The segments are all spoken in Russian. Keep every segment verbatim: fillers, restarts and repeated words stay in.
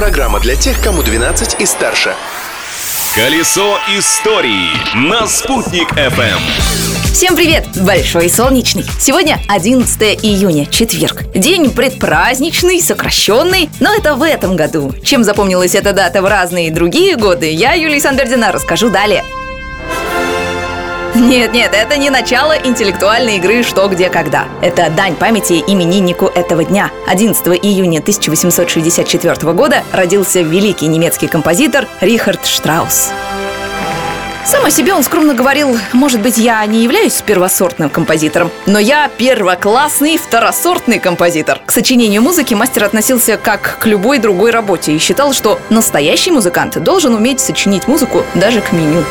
Программа для тех, кому двенадцать и старше. Колесо истории на Спутник эф эм. Всем привет! Большой и солнечный. Сегодня одиннадцатое июня, четверг. День предпраздничный, сокращенный, но это в этом году. Чем запомнилась эта дата в разные другие годы, я, Юлия Санбердина, расскажу далее. Нет-нет, это не начало интеллектуальной игры «Что, где, когда». Это дань памяти имениннику этого дня. одиннадцатого июня тысяча восемьсот шестьдесят четвёртого года родился великий немецкий композитор Рихард Штраус. Сам о себе он скромно говорил: может быть, я не являюсь первосортным композитором, но я первоклассный второсортный композитор. К сочинению музыки мастер относился как к любой другой работе и считал, что настоящий музыкант должен уметь сочинить музыку даже к меню.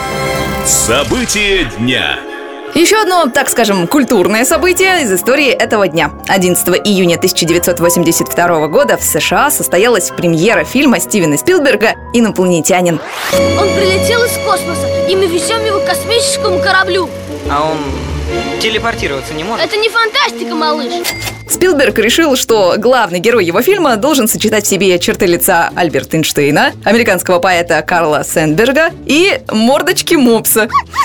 События дня. Еще одно, так скажем, культурное событие из истории этого дня. одиннадцатого июня тысяча девятьсот восемьдесят второго года в США состоялась премьера фильма Стивена Спилберга «Инопланетянин». Он прилетел из космоса, и мы везем его к космическому кораблю. А он телепортироваться не может? Это не фантастика, малыш. Спилберг решил, что главный герой его фильма должен сочетать в себе черты лица Альберта Эйнштейна, американского поэта Карла Сэндберга и мордочки мопса.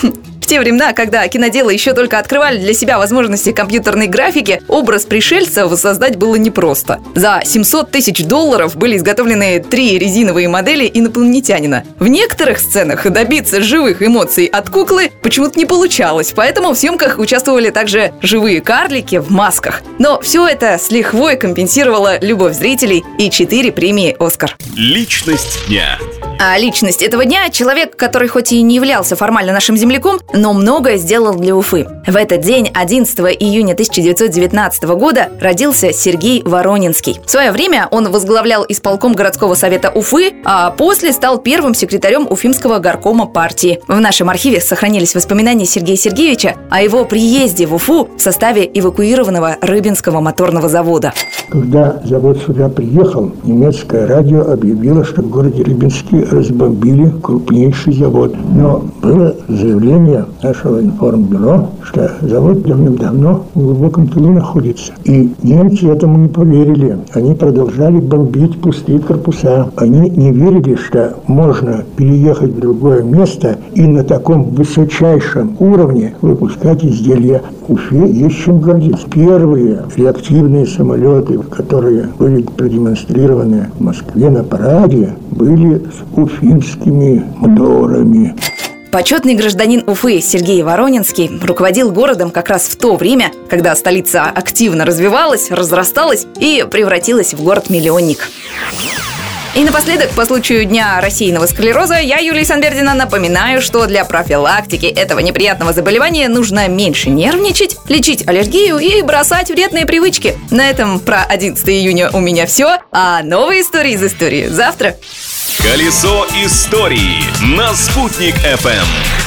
В те времена, когда киноделы еще только открывали для себя возможности компьютерной графики, образ пришельца воссоздать было непросто. За семьсот тысяч долларов были изготовлены три резиновые модели инопланетянина. В некоторых сценах добиться живых эмоций от куклы почему-то не получалось, поэтому в съемках участвовали также живые карлики в масках. Но все это с лихвой компенсировало любовь зрителей и четыре премии «Оскар». Личность дня. А личность этого дня – человек, который хоть и не являлся формально нашим земляком, но многое сделал для Уфы. В этот день, одиннадцатого июня тысяча девятьсот девятнадцатого года, родился Сергей Воронинский. В свое время он возглавлял исполком городского совета Уфы, а после стал первым секретарем Уфимского горкома партии. В нашем архиве сохранились воспоминания Сергея Сергеевича о его приезде в Уфу в составе эвакуированного Рыбинского моторного завода. Когда завод сюда приехал, немецкое радио объявило, что в городе Рыбинске разбомбили крупнейший завод. Но было заявление нашего информбюро, что завод давным-давно в глубоком тылу находится. И немцы этому не поверили. Они продолжали бомбить пустые корпуса. Они не верили, что можно переехать в другое место и на таком высочайшем уровне выпускать изделия. Уфе есть чем гордиться. Первые реактивные самолеты, которые были продемонстрированы в Москве на параде, были с уфимскими моторами. Почетный гражданин Уфы Сергей Воронинский руководил городом как раз в то время, когда столица активно развивалась, разрасталась и превратилась в город-миллионник. И напоследок, по случаю Дня рассеянного склероза, я, Юлия Санбердина, напоминаю, что для профилактики этого неприятного заболевания нужно меньше нервничать, лечить аллергию и бросать вредные привычки. На этом про одиннадцатого июня у меня все, а новые истории из истории завтра. Колесо истории на Спутник эф эм.